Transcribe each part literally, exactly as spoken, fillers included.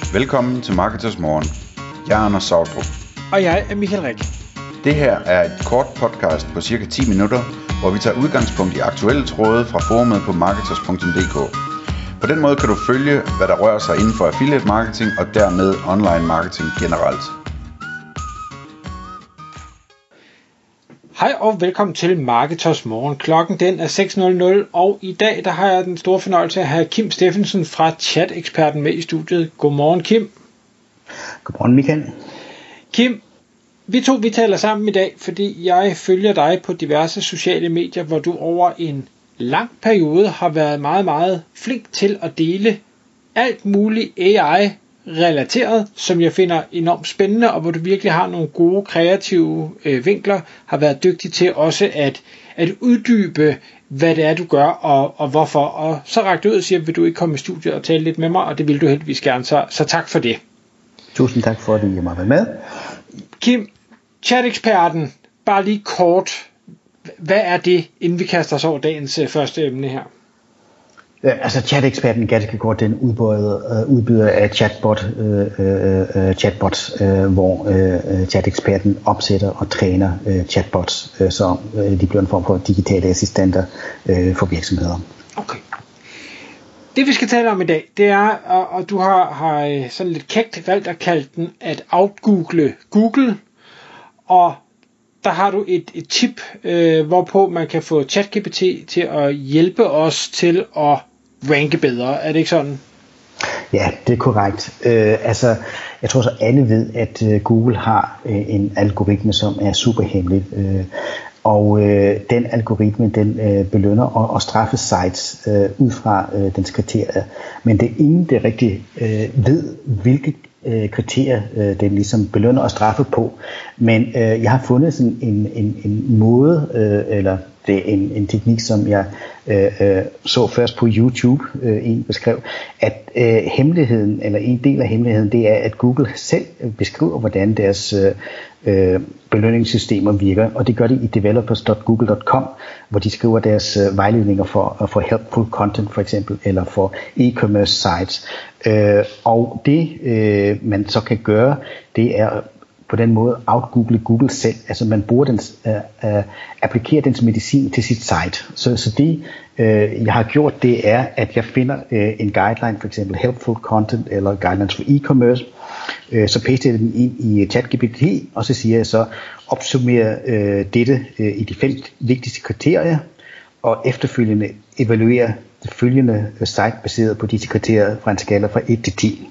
Velkommen til Marketers Morgen. Jeg er Anders Sautrup. Og jeg er Michael Rik. Det her er et kort podcast på cirka ti minutter, hvor vi tager udgangspunkt i aktuelle tråde fra forumet på marketers punktum d k. På den måde kan du følge, hvad der rører sig inden for affiliate marketing og dermed online marketing generelt. Hej og velkommen til Marketers Morgen. Klokken den er seks nul nul, og i dag der har jeg den store fornøjelse at have Kim Steffensen fra Chat-eksperten med i studiet. Godmorgen, Kim. Godmorgen, Michael. Kim, vi to vi taler sammen i dag, fordi jeg følger dig på diverse sociale medier, hvor du over en lang periode har været meget, meget flink til at dele alt muligt A I-relateret, som jeg finder enormt spændende, og hvor du virkelig har nogle gode, kreative øh, vinkler, har været dygtig til også at, at uddybe, hvad det er, du gør, og, og hvorfor. Og så rakte ud og siger, vil du ikke komme i studiet og tale lidt med mig, og det vil du heldigvis gerne, så, så tak for det. Tusind tak for, at I må være med. Kim, Chat-eksperten, bare lige kort, hvad er det, inden vi kaster os over dagens øh, første emne her? Ja, altså Chat-eksperten ganske kort, den udbyder, uh, udbyder af chatbot, uh, uh, chatbots, uh, hvor uh, Chat-eksperten opsætter og træner uh, chatbots, uh, så uh, de bliver en form for digitale assistenter uh, for virksomheder. Okay. Det vi skal tale om i dag, det er, og, og du har, har sådan lidt kægt valgt at kalde den, at outgoogle Google, og der har du et, et tip, øh, hvorpå man kan få ChatGPT til at hjælpe os til at ranke bedre. Er det ikke sådan? Ja, det er korrekt. Øh, altså, jeg tror så alle ved, at øh, Google har øh, en algoritme, som er super hemmelig. Øh, og øh, den algoritme, den øh, belønner og, og straffer sites øh, ud fra øh, dens kriterier. Men det er ingen, der rigtig øh, ved, hvilke kriterier, den ligesom belønner og straffer på. Men øh, jeg har fundet sådan en, en, en måde, øh, eller det er en, en teknik, som jeg øh, så først på YouTube, øh, en beskrev, at øh, hemmeligheden, eller en del af hemmeligheden, det er, at Google selv beskriver, hvordan deres øh, belønningssystemer virker, og det gør de i developers punktum google punktum com, hvor de skriver deres øh, vejledninger for, for helpful content for eksempel, eller for e-commerce sites. Øh, og det, øh, man så kan gøre, det er på den måde outgoogle Google selv. Altså man bruger dens, øh, øh, applikerer dens medicin til sit site. Så, så det, øh, jeg har gjort, det er, at jeg finder øh, en guideline, for eksempel helpful content, eller guidelines for e-commerce, øh, så paster jeg den ind i ChatGPT, og så siger jeg så, opsummer øh, dette øh, i de fem vigtigste kriterier, og efterfølgende evaluere det følgende site baseret på disse kriterier fra en skala fra et til ti.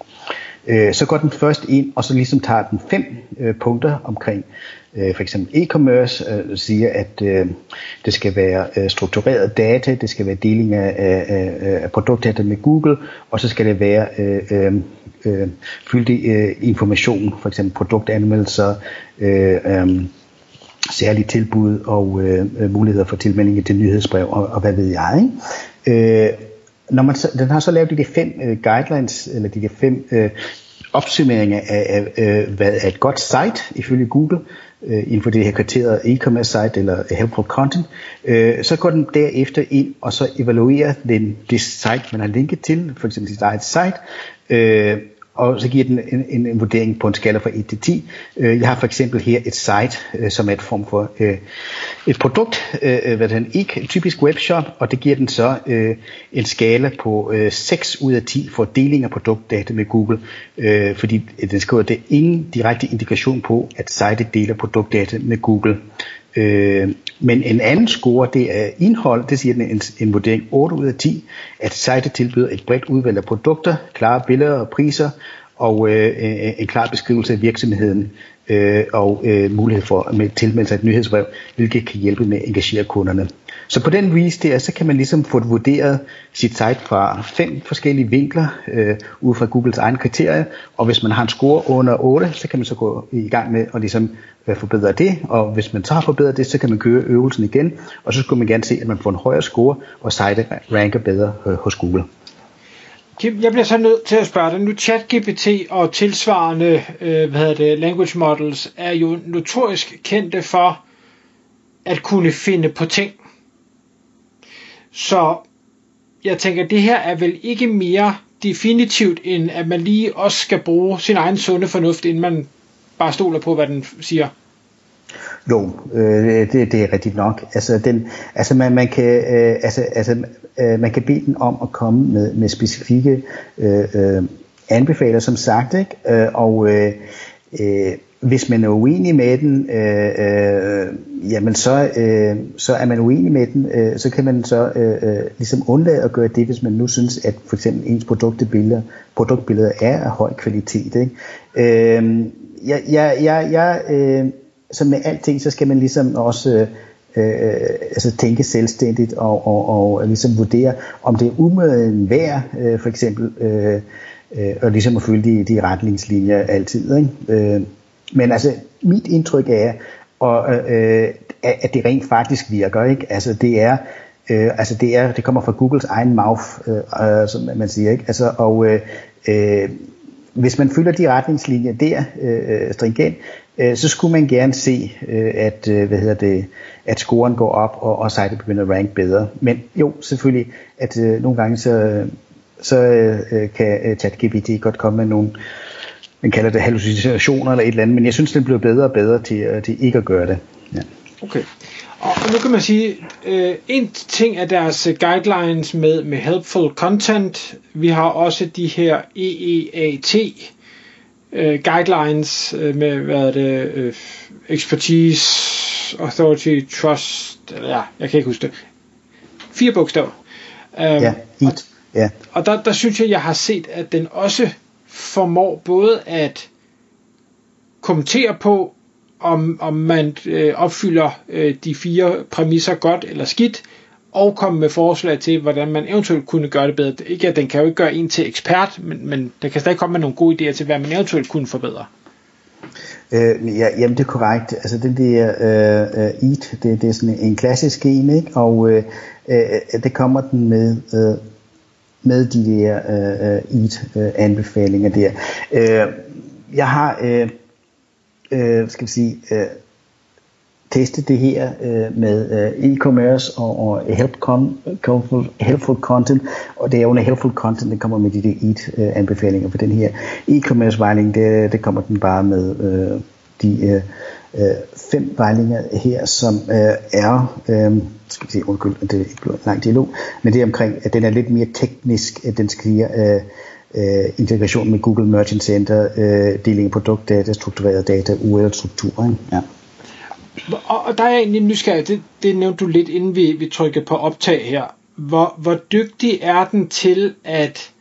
Så går den først ind, og så ligesom tager den fem øh, punkter omkring øh, for eksempel e-commerce, øh, siger, at øh, det skal være øh, struktureret data, det skal være deling af, af, af produktdata med Google, og så skal det være øh, øh, fyldig øh, information, for eksempel produktanmeldelser, øh, øh, særlige tilbud og øh, muligheder for tilmelding til nyhedsbrev og, og hvad ved jeg, ikke? Øh, Når man så, den har så lavet de der fem øh, guidelines, eller de der fem øh, opsummeringer af, af øh, hvad er et godt site ifølge Google, øh, inden for det her kriteriet e-commerce site eller helpful content, øh, så går den derefter ind, og så evaluerer den det site, man har linket til, for eksempel sit eget site, øh, og så giver den en, en, en vurdering på en skala fra et til ti. Jeg har for eksempel her et site, som er et form for øh, et produkt, øh, hvad det er, en e- typisk webshop, og det giver den så øh, en skala på øh, seks ud af ti for deling af produktdata med Google, øh, fordi den skriver, at det er ingen direkte indikation på, at sitet deler produktdata med Google. Øh, men en anden score, det er indhold, det siger den en, en vurdering otte ud af ti, at sitet tilbyder et bredt udvalg af produkter, klare billeder og priser, og øh, en klar beskrivelse af virksomheden, øh, og øh, mulighed for at tilmelde sig et nyhedsbrev, hvilket kan hjælpe med at engagere kunderne. Så på den vis der, så kan man ligesom få vurderet sit site fra fem forskellige vinkler, øh, ud fra Googles egne kriterier, og hvis man har en score under otte, så kan man så gå i gang med at ligesom øh, forbedre det, og hvis man så har forbedret det, så kan man køre øvelsen igen, og så skulle man gerne se, at man får en højere score, og sitet ranker bedre øh, hos Google. Kim, jeg bliver så nødt til at spørge dig. Nu ChatGPT og tilsvarende øh, hvad hedder det, language models er jo notorisk kendte for at kunne finde på ting. Så jeg tænker, det her er vel ikke mere definitivt, end at man lige også skal bruge sin egen sunde fornuft, inden man bare stoler på, hvad den siger. Jo, øh, det, det er rigtigt nok. Altså, den, altså man, man kan, øh, altså, altså, øh, man kan bede den om at komme med, med specifikke øh, øh, anbefaler, som sagt, ikke? Øh, og øh, øh, hvis man er uenig med den, øh, øh, jamen så, øh, så er man uenig med den, øh, så kan man så øh, øh, ligesom undlade at gøre det, hvis man nu synes, at for eksempel ens produktbilleder, produktbilleder er af høj kvalitet, ikke? Øh, jeg, jeg, jeg, jeg øh, så med alting, så skal man ligesom også øh, øh, altså tænke selvstændigt og, og, og ligesom vurdere, om det er umøden værd, øh, for eksempel, øh, øh, og ligesom at følge de, de retningslinjer altid, ikke? Øh, men altså, mit indtryk er, og, øh, at det rent faktisk virker, ikke? Altså, det er, øh, altså det er, det kommer fra Googles egen mouth, øh, øh, som man siger, ikke? Altså, og øh, øh, hvis man følger de retningslinjer der øh, stringent, øh, så skulle man gerne se, øh, at øh, hvad hedder det, at scoren går op, og, og sitet begynder at rank bedre. Men jo, selvfølgelig, at øh, nogle gange så, så øh, kan ChatGPT godt komme med nogle, man kalder det hallucinationer eller et eller andet, men jeg synes, den bliver bedre og bedre til, til ikke at gøre det. Ja. Okay. Og nu kan man sige, øh, en ting er deres guidelines med, med helpful content. Vi har også de her E E A T øh, guidelines øh, med, hvad er det, øh, expertise, authority, trust, eller ja, jeg kan ikke huske det. Fire bogstaver. Um, ja, og, ja. og der, der synes jeg, jeg har set, at den også formår både at kommentere på, om, om man øh, opfylder øh, de fire præmisser godt eller skidt, og komme med forslag til, hvordan man eventuelt kunne gøre det bedre. Ikke at den kan jo ikke gøre en til ekspert, men, men den kan stadig komme med nogle gode idéer til, hvad man eventuelt kunne forbedre. Øh, ja, jamen det er korrekt. Altså den der øh, E A T, det, det er sådan en klassisk en, ikke? Og øh, øh, det kommer den med øh, med de der øh, E A T-anbefalinger der. Øh, jeg har øh, øh, skal vi sige øh, testet det her øh, med øh, e-commerce og, og help con- helpful content, og det er under helpful content, det kommer med de der E A T-anbefalinger for den her e-commerce vejledning, det, det kommer den bare med øh, de øh, øh, fem vejledninger her, som øh, er, øh, skal vi se, undskyld, det er ikke blevet en lang dialog, men det er omkring, at den er lidt mere teknisk, at den skriver øh, øh, integration med Google Merchant Center, øh, deling af produktdata, struktureret data, U R L-strukturer, ja. Og, og der er egentlig nysgerrig, det, det nævnte du lidt, inden vi, vi trykkede på optag her. Hvor, hvor dygtig er den til at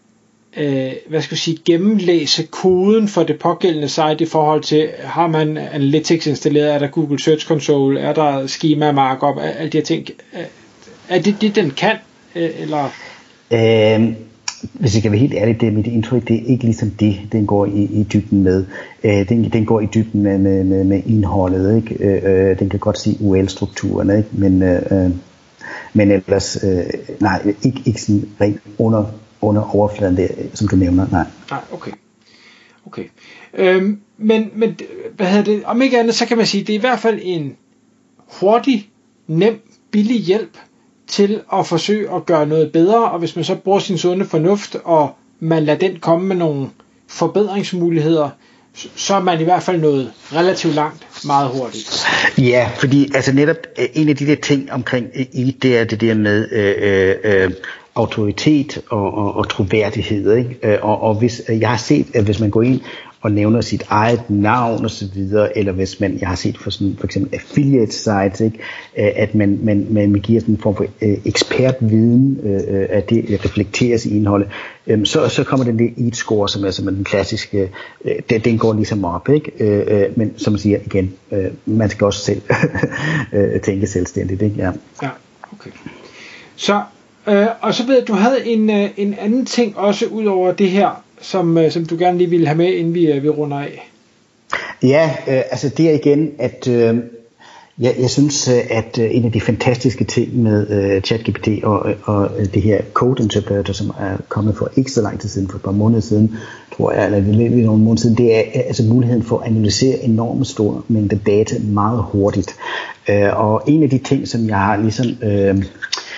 øh, hvad skal vi sige, gennemlæse koden for det pågældende site i forhold til, har man Analytics installeret, er der Google Search Console, er der schema markup, alle de her ting. Er det det, den kan? Eller? Øhm, hvis jeg kan være helt ærlig, det er mit indtryk, det er ikke ligesom det, den går i, i dybden med. Øh, den, den går i dybden med, med, med, med indholdet, ikke? Øh, den kan godt sige U R L-strukturen, ikke? Men, øh, men ellers, øh, nej, ikke, ikke sådan rent under, under overfladen der, som du nævner, nej. Nej, okay. Okay. Øhm, men, men, hvad hedder det, om ikke andet, så kan man sige, det er i hvert fald en hurtig, nem, billig hjælp til at forsøge at gøre noget bedre, og hvis man så bruger sin sunde fornuft, og man lader den komme med nogle forbedringsmuligheder, så er man i hvert fald nået relativt langt meget hurtigt. Ja, fordi altså netop en af de der ting omkring i det er det der med øh, øh, autoritet og, og, og troværdighed, ikke? Og, og hvis jeg har set, at hvis man går ind og nævner sit eget navn og så videre, eller hvis man, jeg har set for sådan for eksempel affiliate sites, ikke, at man, man, man giver sådan en form for øh, ekspertviden, øh, at det reflekteres i indholdet, øh, så, så kommer den der E A T-score, som er som den klassiske, øh, den, den går ligesom op, ikke? Øh, men som man siger igen, øh, man skal også selv tænke selvstændigt, ikke? Ja. Ja, okay. Så, øh, og så ved jeg, at du havde en, øh, en anden ting også ud over det her, som, som du gerne lige ville have med, inden vi, vi runder af. Ja, øh, altså det er igen, at øh, jeg, jeg synes, at øh, en af de fantastiske ting med øh, ChatGPT og, og det her Code Interpreter, som er kommet for ikke så lang tid siden, for et par måneder siden, tror jeg, eller lidt nogle måneder siden, det er altså muligheden for at analysere enormt store mængder data meget hurtigt. Øh, og en af de ting, som jeg har ligesom... Øh,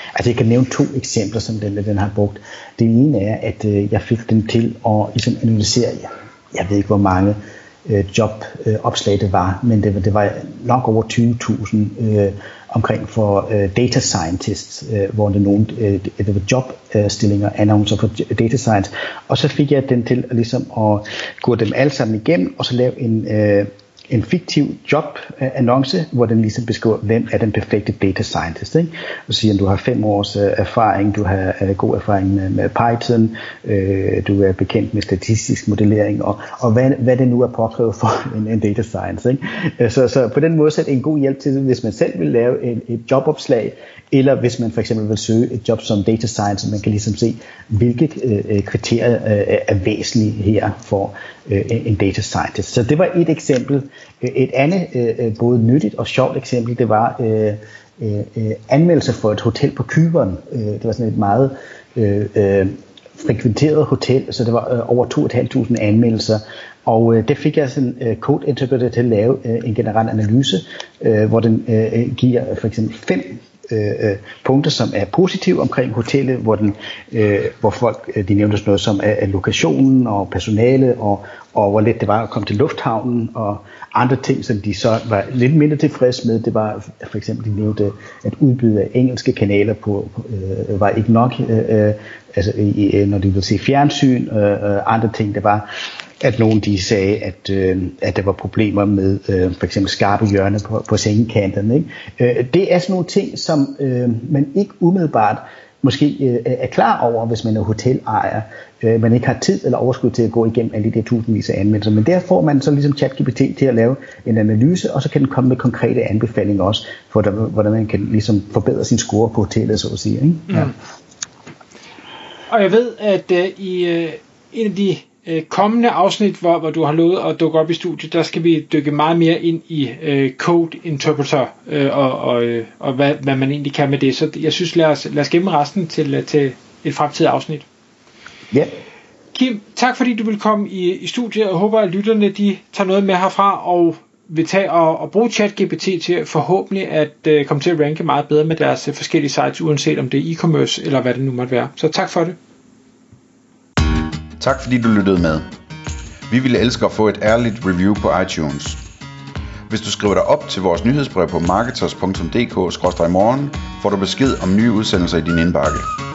Altså jeg kan nævne to eksempler, som den, den har brugt. Det ene er, at øh, jeg fik den til at ligesom, analysere, jeg ved ikke hvor mange øh, jobopslag øh, det var, men det, det var nok over tyve tusind øh, omkring for øh, data scientists, øh, hvor det, nogen, øh, det var jobstillinger, annoncer for data science, og så fik jeg den til ligesom at gå dem alle sammen igennem, og så lave en øh, en fiktiv jobannonce, hvor den ligesom beskriver, hvem er den perfekte data scientist. Ikke? Og siger, at du har fem års uh, erfaring, du har uh, god erfaring med, med Python, uh, du er bekendt med statistisk modellering, og, og hvad, hvad det nu er påkrævet for en, en data science. Ikke? Uh, så, så på den måde er det en god hjælp til, hvis man selv vil lave et, et jobopslag, eller hvis man for eksempel vil søge et job som data science, man kan ligesom se, hvilke uh, kriterier uh, er væsentlige her for uh, en data scientist. Så det var et eksempel. Et andet uh, både nyttigt og sjovt eksempel, det var uh, uh, anmeldelse for et hotel på Cypern. Uh, det var sådan et meget uh, uh, frekventeret hotel, så det var uh, over to tusind fem hundrede anmeldelser. Og uh, det fik jeg sådan uh, code interpreter til at lave uh, en generel analyse, uh, hvor den uh, giver for eksempel fem Øh, punkter, som er positive omkring hotellet, hvor, den, øh, hvor folk de nævnte sådan noget som er, er lokationen og personale, og, og hvor let det var at komme til lufthavnen, og andre ting, som de så var lidt mindre tilfredse med. Det var for eksempel, de nævnte, at udbyde af engelske kanaler på, øh, var ikke nok, øh, altså i, når de ville se fjernsyn, øh, andre ting, det var at nogen de sagde, at, øh, at der var problemer med øh, for eksempel skarpe hjørner på, på sengekanterne. Ikke? Øh, det er sådan nogle ting, som øh, man ikke umiddelbart måske øh, er klar over, hvis man er hotelejer. Øh, man ikke har tid eller overskud til at gå igennem alle de der tusindvis af anmeldelser. Men der får man så ligesom ChatGPT til at lave en analyse, og så kan den komme med konkrete anbefalinger også, for der, hvordan man kan ligesom forbedre sin score på hotellet, så at sige. Ikke? Ja. Mm. Og jeg ved, at øh, i øh, en af de kommende afsnit, hvor, hvor du har lovet at dukke op i studiet, der skal vi dykke meget mere ind i øh, code interpreter øh, og, og, øh, og hvad, hvad man egentlig kan med det. Så jeg synes, lad os, lad os gemme resten til, til et fremtidigt afsnit. Ja. Kim, tak fordi du vil komme i, i studiet, og håber, at lytterne de tager noget med herfra og vil tage og, og bruge ChatGPT til forhåbentlig at øh, komme til at ranke meget bedre med deres øh, forskellige sites, uanset om det er e-commerce eller hvad det nu måtte være. Så tak for det. Tak fordi du lyttede med. Vi ville elske at få et ærligt review på iTunes. Hvis du skriver dig op til vores nyhedsbrev på marketers punktum d k skråstreg morgen, får du besked om nye udsendelser i din indbakke.